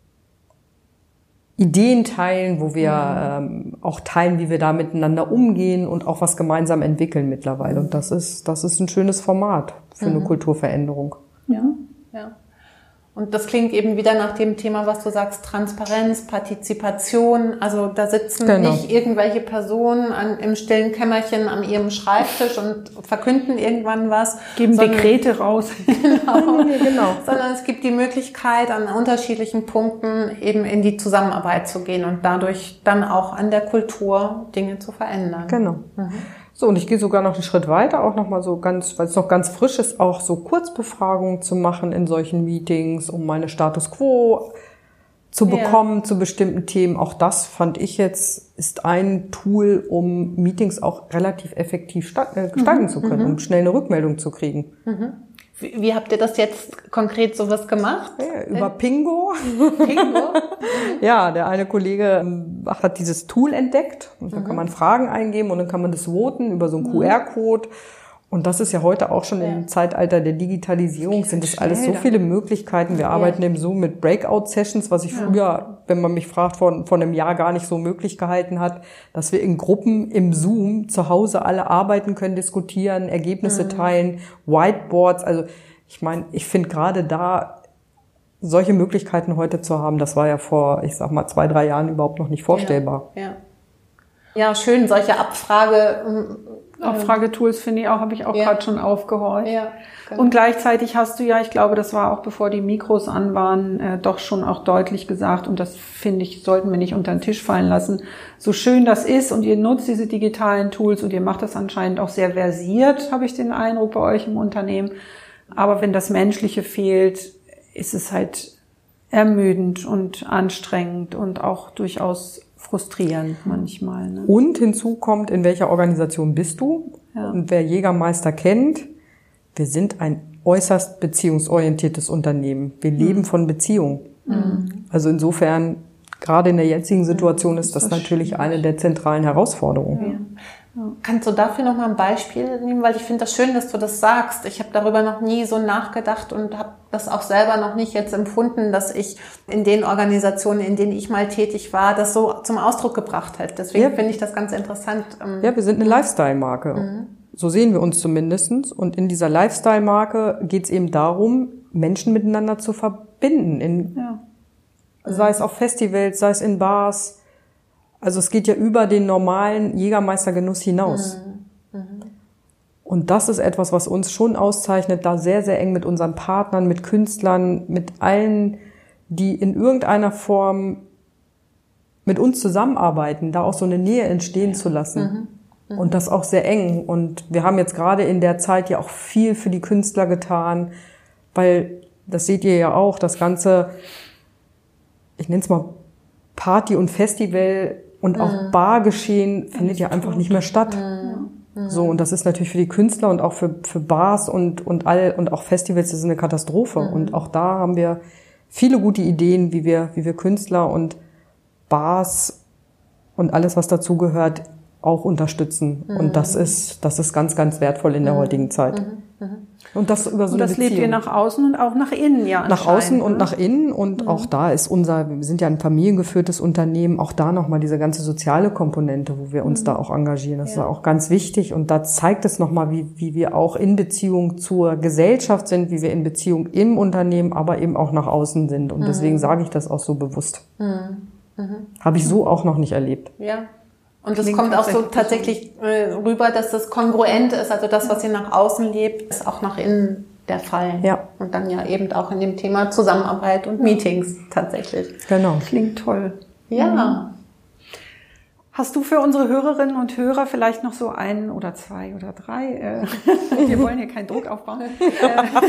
C: Ideen teilen, wo wir mhm. ähm, auch teilen, wie wir da miteinander umgehen und auch was gemeinsam entwickeln mittlerweile. Und das ist, das ist ein schönes Format für mhm. eine Kulturveränderung.
B: Ja, ja. Und das klingt eben wieder nach dem Thema, was du sagst, Transparenz, Partizipation. Also da sitzen genau. nicht irgendwelche Personen an, im stillen Kämmerchen an ihrem Schreibtisch und verkünden irgendwann was.
A: Geben sondern, Dekrete raus.
B: Genau, genau. Sondern es gibt die Möglichkeit, an unterschiedlichen Punkten eben in die Zusammenarbeit zu gehen und dadurch dann auch an der Kultur Dinge zu verändern.
C: Genau. Mhm. So, und ich gehe sogar noch einen Schritt weiter, auch noch mal so ganz, weil es noch ganz frisch ist, auch so Kurzbefragungen zu machen in solchen Meetings, um meine Status Quo zu bekommen ja. zu bestimmten Themen. Auch das fand ich jetzt, ist ein Tool, um Meetings auch relativ effektiv gestalten mhm. zu können, mhm. um schnell eine Rückmeldung zu kriegen.
B: Mhm. Wie, wie habt ihr das jetzt konkret sowas gemacht?
C: Ja, über Pingo.
B: Pingo?
C: Ja, der eine Kollege hat dieses Tool entdeckt und da mhm. kann man Fragen eingeben und dann kann man das voten über so einen mhm. Q R-Code Und das ist ja heute auch schon ja. im Zeitalter der Digitalisierung, sind es alles so viele Möglichkeiten. Wir ja. arbeiten im Zoom mit Breakout-Sessions, was ich ja. früher, wenn man mich fragt, vor, vor einem Jahr gar nicht so möglich gehalten hat, dass wir in Gruppen im Zoom zu Hause alle arbeiten können, diskutieren, Ergebnisse mhm. teilen, Whiteboards. Also ich meine, ich finde gerade da solche Möglichkeiten heute zu haben, das war ja vor, ich sag mal, zwei, drei Jahren überhaupt noch nicht vorstellbar.
B: Ja, ja. ja schön, solche Abfrage...
A: Abfragetools finde ich auch, habe ich auch ja. gerade schon aufgehorcht.
B: Ja, genau.
A: Und gleichzeitig hast du ja, ich glaube, das war auch bevor die Mikros an waren, äh, doch schon auch deutlich gesagt, und das finde ich, sollten wir nicht unter den Tisch fallen lassen, so schön das ist und ihr nutzt diese digitalen Tools und ihr macht das anscheinend auch sehr versiert, habe ich den Eindruck bei euch im Unternehmen. Aber wenn das Menschliche fehlt, ist es halt ermüdend und anstrengend und auch durchaus frustrierend manchmal. Ne?
C: Und hinzu kommt, in welcher Organisation bist du? Ja. Und wer Jägermeister kennt, wir sind ein äußerst beziehungsorientiertes Unternehmen. Wir mhm. leben von Beziehung. Mhm. Also insofern, gerade in der jetzigen Situation ist das, das natürlich schwierig. Eine der zentralen Herausforderungen.
B: Ja. Ja. Kannst du dafür noch mal ein Beispiel nehmen? Weil ich finde das schön, dass du das sagst. Ich habe darüber noch nie so nachgedacht und habe das auch selber noch nicht jetzt empfunden, dass ich in den Organisationen, in denen ich mal tätig war, das so zum Ausdruck gebracht hätte. Deswegen ja. finde ich das ganz interessant.
C: Ja, wir sind eine Lifestyle-Marke. Mhm. So sehen wir uns zumindest. Und in dieser Lifestyle-Marke geht es eben darum, Menschen miteinander zu verbinden. In, ja. Sei es auf Festivals, sei es in Bars. Also es geht ja über den normalen Jägermeistergenuss hinaus. Mhm. Mhm. Und das ist etwas, was uns schon auszeichnet, da sehr, sehr eng mit unseren Partnern, mit Künstlern, mit allen, die in irgendeiner Form mit uns zusammenarbeiten, da auch so eine Nähe entstehen zu lassen. Mhm. Mhm. Und das auch sehr eng. Und wir haben jetzt gerade in der Zeit ja auch viel für die Künstler getan, weil, das seht ihr ja auch, das ganze, ich nenne es mal Party und Festival und auch mhm. Bargeschehen findet ja einfach nicht mehr statt. Mhm. So, und das ist natürlich für die Künstler und auch für, für Bars und, und all, und auch Festivals, das ist eine Katastrophe. Mhm. Und auch da haben wir viele gute Ideen, wie wir, wie wir Künstler und Bars und alles, was dazugehört, auch unterstützen. Mhm. Und das ist, das ist ganz, ganz wertvoll in der mhm. heutigen Zeit. Mhm. Mhm. Und das über so
A: und
C: eine
A: das Beziehung. Lebt ihr nach außen und auch nach innen, ja.
C: Nach außen und nach innen. Und mhm. auch da ist unser, wir sind ja ein familiengeführtes Unternehmen, auch da nochmal diese ganze soziale Komponente, wo wir uns mhm. da auch engagieren. Das ja. ist auch ganz wichtig. Und da zeigt es nochmal, wie, wie wir auch in Beziehung zur Gesellschaft sind, wie wir in Beziehung im Unternehmen, aber eben auch nach außen sind. Und mhm. deswegen sage ich das auch so bewusst. Mhm. Mhm. Habe ich so auch noch nicht erlebt.
B: Ja. Und es kommt auch so tatsächlich äh, rüber, dass das kongruent ist, also das, was ihr nach außen lebt, ist auch nach innen der Fall.
C: Ja.
B: Und dann ja eben auch in dem Thema Zusammenarbeit und Meetings tatsächlich.
C: Genau.
A: Klingt toll.
B: Ja. Mhm.
A: Hast du für unsere Hörerinnen und Hörer vielleicht noch so einen oder zwei oder drei, äh, wir wollen hier keinen Druck aufbauen, äh,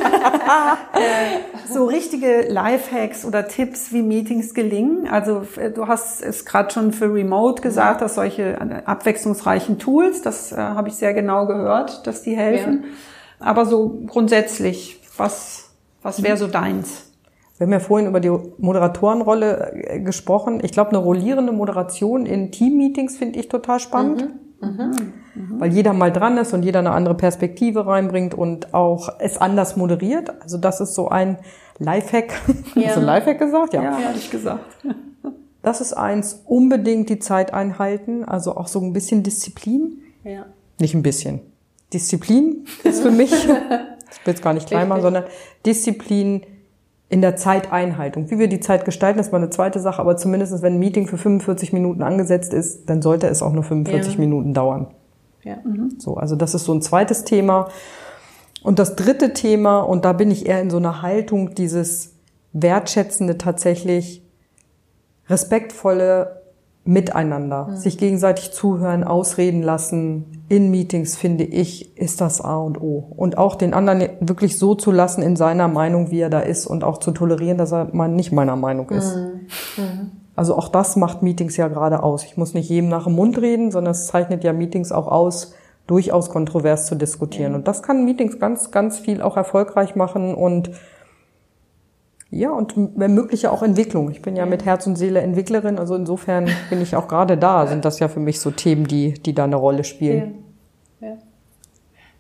A: äh, so richtige Lifehacks oder Tipps, wie Meetings gelingen? Also du hast es gerade schon für Remote gesagt, dass solche abwechslungsreichen Tools, das äh, habe ich sehr genau gehört, dass die helfen. Ja. Aber so grundsätzlich, was, was wäre so deins?
C: Wir haben ja vorhin über die Moderatorenrolle gesprochen. Ich glaube, eine rollierende Moderation in Teammeetings finde ich total spannend, mhm. Mhm. weil jeder mal dran ist und jeder eine andere Perspektive reinbringt und auch es anders moderiert. Also das ist so ein Lifehack. Ja. Hast du Lifehack gesagt?
A: Ja, ja, habe ich gesagt.
C: Das ist eins, unbedingt die Zeit einhalten, also auch so ein bisschen Disziplin.
B: Ja.
C: Nicht ein bisschen. Disziplin ist für mich, ich will jetzt gar nicht klein machen, sondern Disziplin in der Zeiteinhaltung. Wie wir die Zeit gestalten, ist mal eine zweite Sache, aber zumindest wenn ein Meeting für fünfundvierzig Minuten angesetzt ist, dann sollte es auch nur fünfundvierzig ja. Minuten dauern.
B: Ja. Mhm.
C: So, also das ist so ein zweites Thema. Und das dritte Thema, und da bin ich eher in so einer Haltung, dieses wertschätzende, tatsächlich respektvolle Miteinander, mhm. sich gegenseitig zuhören, ausreden lassen. In Meetings, finde ich, ist das A und O. Und auch den anderen wirklich so zu lassen in seiner Meinung, wie er da ist, und auch zu tolerieren, dass er mal nicht meiner Meinung ist.
B: Mhm. Mhm.
C: Also auch das macht Meetings ja gerade aus. Ich muss nicht jedem nach dem Mund reden, sondern es zeichnet ja Meetings auch aus, durchaus kontrovers zu diskutieren. Mhm. Und das kann Meetings ganz, ganz viel auch erfolgreich machen und ja, und wenn möglich ja auch Entwicklung. Ich bin ja mit Herz und Seele Entwicklerin, also insofern bin ich auch gerade da, sind das ja für mich so Themen, die die da eine Rolle spielen.
B: Ja. Ja.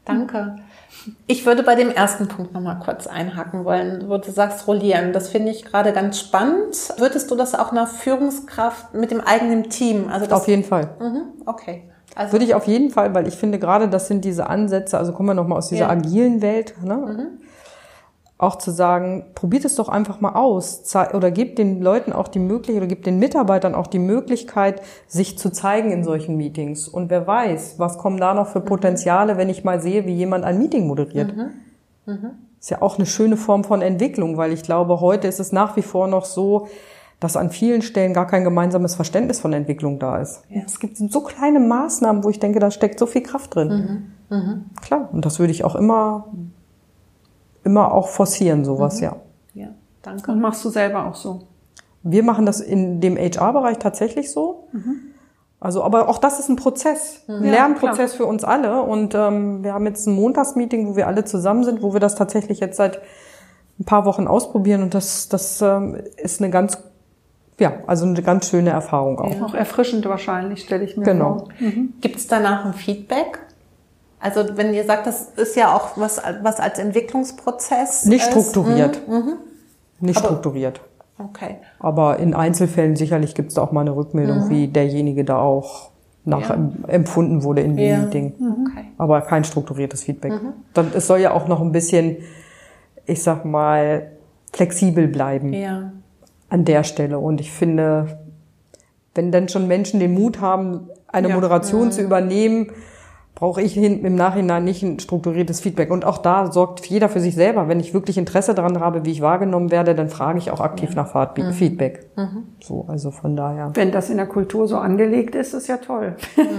B: Danke. Ich würde bei dem ersten Punkt nochmal kurz einhaken wollen, wo du sagst, rollieren. Das finde ich gerade ganz spannend. Würdest du das auch einer Führungskraft mit dem eigenen Team? Also das
C: Auf jeden Fall.
B: Mhm, okay. Also
C: Würde ich auf jeden Fall, weil ich finde gerade, das sind diese Ansätze, also kommen wir nochmal aus dieser
B: Ja.
C: agilen Welt, ne?
B: Mhm.
C: Auch zu sagen, probiert es doch einfach mal aus Ze- oder gebt den Leuten auch die Möglichkeit oder gebt den Mitarbeitern auch die Möglichkeit, sich zu zeigen in solchen Meetings. Und wer weiß, was kommen da noch für Potenziale, wenn ich mal sehe, wie jemand ein Meeting moderiert.
B: Mhm. Mhm.
C: Ist ja auch eine schöne Form von Entwicklung, weil ich glaube, heute ist es nach wie vor noch so, dass an vielen Stellen gar kein gemeinsames Verständnis von Entwicklung da ist.
B: Ja.
C: Es gibt so kleine Maßnahmen, wo ich denke, da steckt so viel Kraft drin.
B: Mhm. Mhm.
C: Klar, und das würde ich auch immer, immer auch forcieren, sowas,
B: Mhm.
C: ja.
B: Ja, danke.
A: Und machst du selber auch so?
C: Wir machen das in dem H R-Bereich tatsächlich so. Also, aber auch das ist ein Prozess, ein
A: Ja,
C: Lernprozess für uns alle. Und ähm, wir haben jetzt ein Montagsmeeting, wo wir alle zusammen sind, wo wir das tatsächlich jetzt seit ein paar Wochen ausprobieren. Und das, das ähm, ist eine ganz, ja, also eine ganz schöne Erfahrung auch.
B: Ja.
A: Auch erfrischend wahrscheinlich, stelle ich mir
C: Genau.
A: vor. Mhm.
B: Gibt es danach ein Feedback? Also wenn ihr sagt, das ist ja auch was, was als Entwicklungsprozess
C: Nicht
B: ist.
C: strukturiert.
B: Mhm. Mhm.
C: Nicht
B: Aber-
C: strukturiert.
B: Okay.
C: Aber in Einzelfällen sicherlich gibt es da auch mal eine Rückmeldung,
B: Mhm.
C: wie derjenige da auch nach
B: Ja.
C: empfunden wurde in dem
B: Ja.
C: Meeting.
B: Okay.
C: Aber kein strukturiertes Feedback. Dann, es soll ja auch noch ein bisschen, ich sag mal, flexibel bleiben
B: Ja.
C: an der Stelle. Und ich finde, wenn dann schon Menschen den Mut haben, eine
A: Ja.
C: Moderation zu übernehmen, brauche ich hin, im Nachhinein nicht ein strukturiertes Feedback. Und auch da sorgt jeder für sich selber. Wenn ich wirklich Interesse daran habe, wie ich wahrgenommen werde, dann frage ich auch aktiv nach Fahrtbe- Feedback. So, also von daher.
A: Wenn das in der Kultur so angelegt ist, ist ja toll.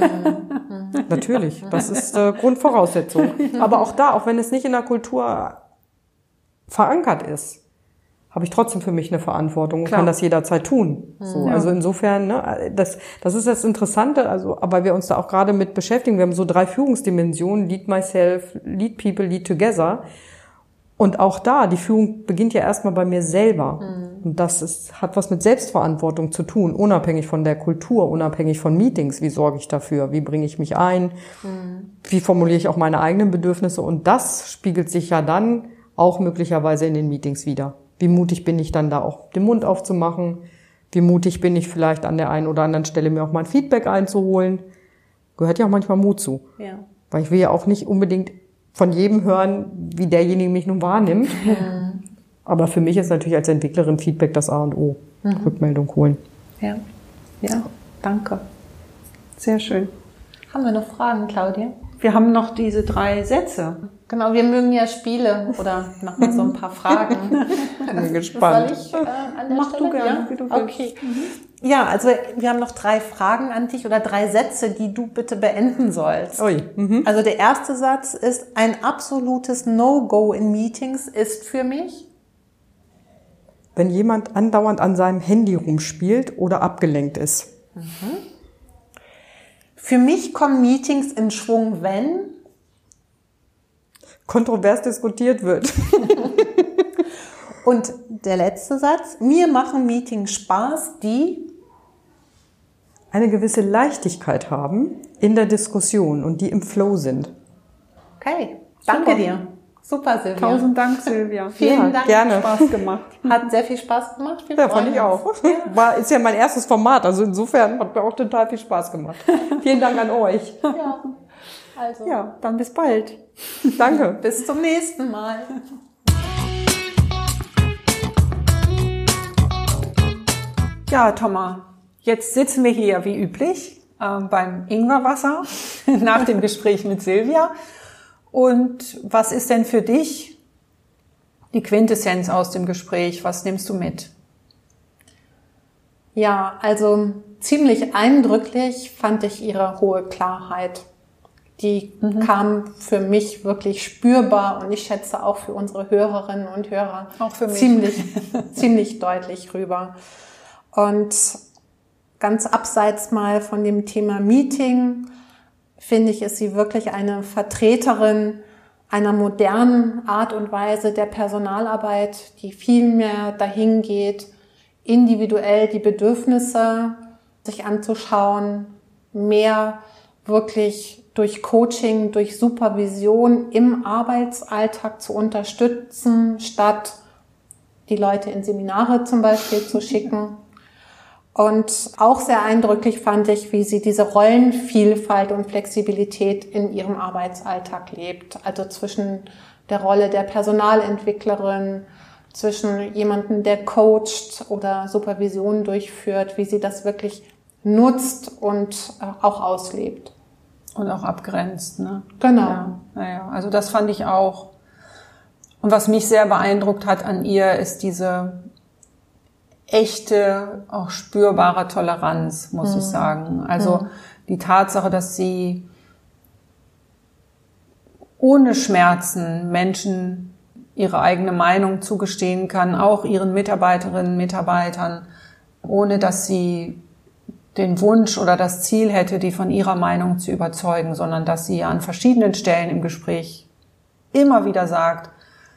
C: Natürlich, das ist äh, Grundvoraussetzung. Aber auch da, auch wenn es nicht in der Kultur verankert ist, habe ich trotzdem für mich eine Verantwortung und
A: Klar.
C: kann das jederzeit tun. So,
A: Ja.
C: also insofern, ne, das, das ist das Interessante, also, aber wir uns da auch gerade mit beschäftigen. Wir haben so drei Führungsdimensionen: Lead Myself, Lead People, Lead Together. Und auch da, die Führung beginnt ja erstmal bei mir selber. Und das ist, hat was mit Selbstverantwortung zu tun, unabhängig von der Kultur, unabhängig von Meetings. Wie sorge ich dafür? Wie bringe ich mich ein? Wie formuliere ich auch meine eigenen Bedürfnisse? Und das spiegelt sich ja dann auch möglicherweise in den Meetings wieder. Wie mutig bin ich dann da auch, den Mund aufzumachen? Wie mutig bin ich vielleicht an der einen oder anderen Stelle, mir auch mal ein Feedback einzuholen? Gehört ja auch manchmal Mut zu.
B: Ja.
C: Weil ich will ja auch nicht unbedingt von jedem hören, wie derjenige mich nun wahrnimmt. Aber für mich ist natürlich als Entwicklerin Feedback das A und O. Rückmeldung holen.
B: Ja. Ja. Danke.
A: Sehr schön.
B: Haben wir noch Fragen, Claudia?
A: Wir haben noch diese drei Sätze.
B: Genau, wir mögen ja Spiele oder nochmal so ein paar Fragen.
C: Bin gespannt.
B: Soll ich äh, an der
A: Mach
B: Stelle?
A: du gerne,
B: ja?
A: wie du willst.
B: Okay. Ja, also wir haben noch drei Fragen an dich oder drei Sätze, die du bitte beenden sollst.
C: Ui. Mhm.
B: Also der erste Satz ist: Ein absolutes No-Go in Meetings ist für mich.
C: Wenn jemand andauernd an seinem Handy rumspielt oder abgelenkt ist.
B: Für mich kommen Meetings in Schwung, wenn.
C: Kontrovers diskutiert wird.
B: Und der letzte Satz: Mir machen Meetings Spaß, die.
C: Eine gewisse Leichtigkeit haben in der Diskussion und die im Flow sind.
B: Okay, danke
A: Super.
B: dir. Super, Silvia.
A: Tausend Dank, Silvia.
B: Vielen
C: Ja,
B: Dank.
C: gerne.
A: Spaß gemacht.
B: Hat sehr viel Spaß gemacht. Wir
C: Ja,
B: freuen
C: fand ich
B: uns.
C: auch. War, ist ja mein erstes Format, also insofern hat mir auch total viel Spaß gemacht. Vielen Dank an euch.
B: Ja, also
A: Ja, dann bis bald.
C: Danke.
B: bis zum nächsten Mal.
A: Ja, Thomas, jetzt sitzen wir hier wie üblich äh, beim Ingwerwasser nach dem Gespräch mit Silvia. Und was ist denn für dich die Quintessenz aus dem Gespräch? Was nimmst du mit?
B: Ja, also ziemlich eindrücklich fand ich ihre hohe Klarheit. Die kam für mich wirklich spürbar und ich schätze auch für unsere Hörerinnen und Hörer
A: Auch für mich.
B: ziemlich, ziemlich deutlich rüber. Und ganz abseits mal von dem Thema Meeting, finde ich, ist sie wirklich eine Vertreterin einer modernen Art und Weise der Personalarbeit, die viel mehr dahin geht, individuell die Bedürfnisse sich anzuschauen, mehr wirklich durch Coaching, durch Supervision im Arbeitsalltag zu unterstützen, statt die Leute in Seminare zum Beispiel zu schicken. Und auch sehr eindrücklich fand ich, wie sie diese Rollenvielfalt und Flexibilität in ihrem Arbeitsalltag lebt. Also zwischen der Rolle der Personalentwicklerin, zwischen jemandem, der coacht oder Supervision durchführt, wie sie das wirklich nutzt und auch auslebt.
A: Und auch abgrenzt, ne?
B: Genau.
A: Ja, naja, also das fand ich auch. Und was mich sehr beeindruckt hat an ihr, ist diese echte, auch spürbare Toleranz, muss mhm. ich sagen. Also mhm. die Tatsache, dass sie ohne Schmerzen Menschen ihre eigene Meinung zugestehen kann, auch ihren Mitarbeiterinnen und Mitarbeitern, ohne dass sie den Wunsch oder das Ziel hätte, die von ihrer Meinung zu überzeugen, sondern dass sie an verschiedenen Stellen im Gespräch immer wieder sagt,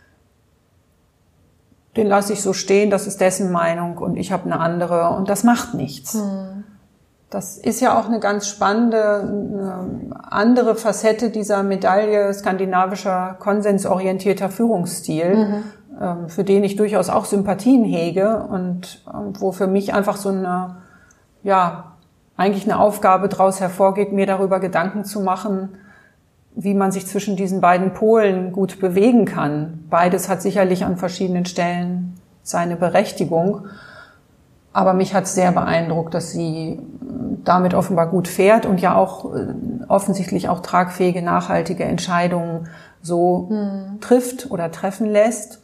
A: den lasse ich so stehen, das ist dessen Meinung und ich habe eine andere und das macht nichts. Hm. Das ist ja auch eine ganz spannende, eine andere Facette dieser Medaille skandinavischer konsensorientierter Führungsstil, mhm. für den ich durchaus auch Sympathien hege und wo für mich einfach so eine, ja, eigentlich eine Aufgabe daraus hervorgeht, mir darüber Gedanken zu machen, wie man sich zwischen diesen beiden Polen gut bewegen kann. Beides hat sicherlich an verschiedenen Stellen seine Berechtigung. Aber mich hat es sehr beeindruckt, dass sie damit offenbar gut fährt und ja auch äh, offensichtlich auch tragfähige, nachhaltige Entscheidungen so hm. trifft oder treffen lässt,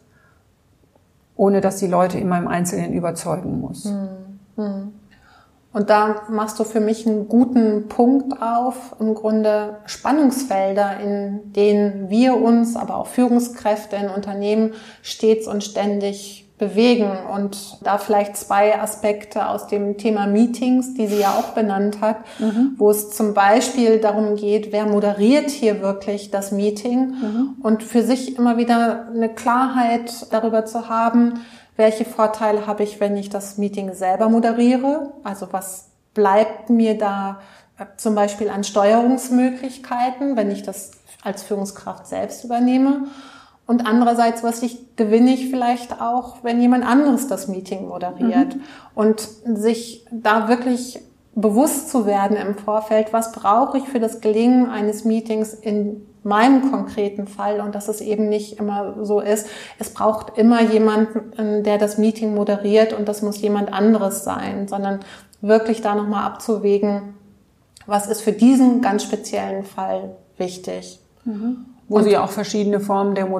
A: ohne dass die Leute immer im Einzelnen überzeugen muss.
B: Hm. Hm. Und da machst du für mich einen guten Punkt auf, im Grunde Spannungsfelder, in denen wir uns, aber auch Führungskräfte in Unternehmen stets und ständig bewegen. Und da vielleicht zwei Aspekte aus dem Thema Meetings, die sie ja auch benannt hat, mhm. wo es zum Beispiel darum geht, wer moderiert hier wirklich das Meeting mhm. und für sich immer wieder eine Klarheit darüber zu haben, welche Vorteile habe ich, wenn ich das Meeting selber moderiere? Also was bleibt mir da zum Beispiel an Steuerungsmöglichkeiten, wenn ich das als Führungskraft selbst übernehme? Und andererseits, was ich, gewinne ich vielleicht auch, wenn jemand anderes das Meeting moderiert. Mhm. Und sich da wirklich bewusst zu werden im Vorfeld, was brauche ich für das Gelingen eines Meetings in meinem konkreten Fall, und dass es eben nicht immer so ist, es braucht immer jemanden, der das Meeting moderiert und das muss jemand anderes sein, sondern wirklich da nochmal abzuwägen, was ist für diesen ganz speziellen Fall wichtig.
A: Mhm. Wo und sie auch verschiedene Formen der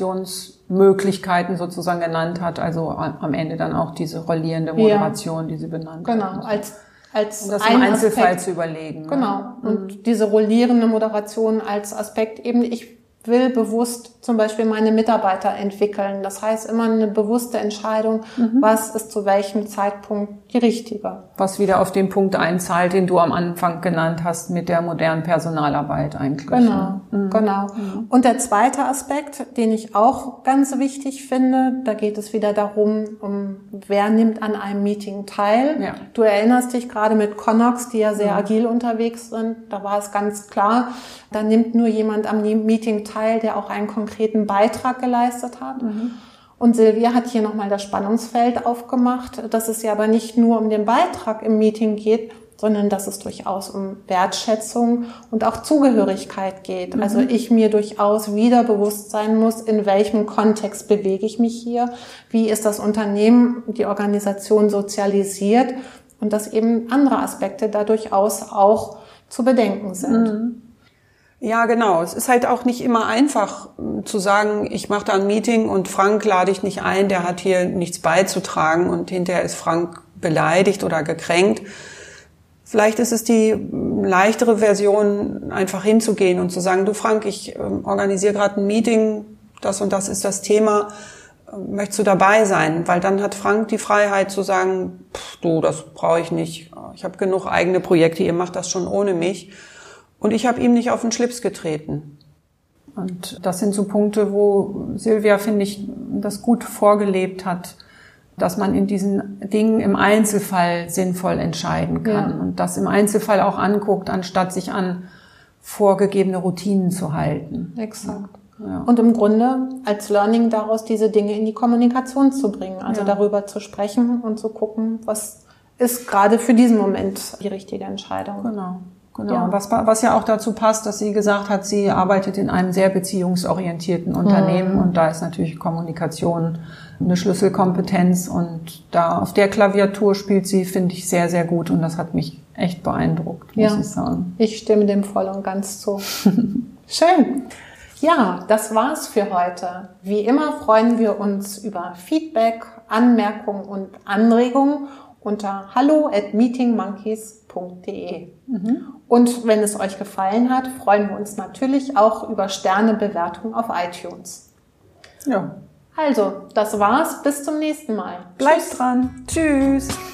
A: Moderationsmöglichkeiten sozusagen genannt hat, also am Ende dann auch diese rollierende Moderation, ja. die sie benannt
B: genau,
A: hat.
B: Genau, als als
A: um das im Einzelfall Aspekt zu überlegen.
B: Genau.
A: Ne?
B: Und mhm. diese rollierende Moderation als Aspekt eben, ich will bewusst zum Beispiel meine Mitarbeiter entwickeln. Das heißt immer eine bewusste Entscheidung, mhm. was ist zu welchem Zeitpunkt die richtige.
A: Was wieder auf den Punkt einzahlt, den du am Anfang genannt hast mit der modernen Personalarbeit eigentlich.
B: Genau, mhm. genau. Mhm. Und der zweite Aspekt, den ich auch ganz wichtig finde, da geht es wieder darum, um wer nimmt an einem Meeting teil. Ja. Du erinnerst dich gerade mit Connox, die ja sehr mhm. agil unterwegs sind, da war es ganz klar, da nimmt nur jemand am Meeting teil, der auch einen konkreten Beitrag geleistet hat. Mhm. Und Silvia hat hier nochmal das Spannungsfeld aufgemacht, dass es ja aber nicht nur um den Beitrag im Meeting geht, sondern dass es durchaus um Wertschätzung und auch Zugehörigkeit geht. Mhm. Also ich mir durchaus wieder bewusst sein muss, in welchem Kontext bewege ich mich hier, wie ist das Unternehmen, die Organisation sozialisiert und dass eben andere Aspekte da durchaus auch zu bedenken sind.
A: Mhm. Ja, genau. Es ist halt auch nicht immer einfach zu sagen, ich mache da ein Meeting und Frank lade ich nicht ein, der hat hier nichts beizutragen und hinterher ist Frank beleidigt oder gekränkt. Vielleicht ist es die leichtere Version, einfach hinzugehen und zu sagen, du Frank, ich organisiere gerade ein Meeting, das und das ist das Thema, möchtest du dabei sein? Weil dann hat Frank die Freiheit zu sagen, pff, du, das brauche ich nicht, ich habe genug eigene Projekte, ihr macht das schon ohne mich. Und ich habe ihm nicht auf den Schlips getreten. Und das sind so Punkte, wo Silvia, finde ich, das gut vorgelebt hat, dass man in diesen Dingen im Einzelfall sinnvoll entscheiden kann. Ja. Und das im Einzelfall auch anguckt, anstatt sich an vorgegebene Routinen zu halten.
B: Exakt.
A: Ja.
B: Und im Grunde als Learning daraus diese Dinge in die Kommunikation zu bringen, also
A: Ja.
B: darüber zu sprechen und zu gucken, was ist gerade für diesen Moment die richtige Entscheidung.
A: Genau. Genau.
B: Ja.
A: Was, was ja auch dazu passt, dass sie gesagt hat, sie arbeitet in einem sehr beziehungsorientierten Unternehmen
B: Mhm.
A: und da ist natürlich Kommunikation eine Schlüsselkompetenz und da auf der Klaviatur spielt sie, finde ich, sehr, sehr gut und das hat mich echt beeindruckt, muss
B: Ja.
A: ich sagen.
B: Ich stimme dem voll und ganz zu. Schön. Ja, das war's für heute. Wie immer freuen wir uns über Feedback, Anmerkungen und Anregungen unter hallo at meetingmonkeys punkt de.
A: Mhm.
B: Und wenn es euch gefallen hat, freuen wir uns natürlich auch über Sternebewertung auf iTunes.
A: Ja.
B: Also, das war's. Bis zum nächsten Mal.
A: Bleibt dran. Tschüss.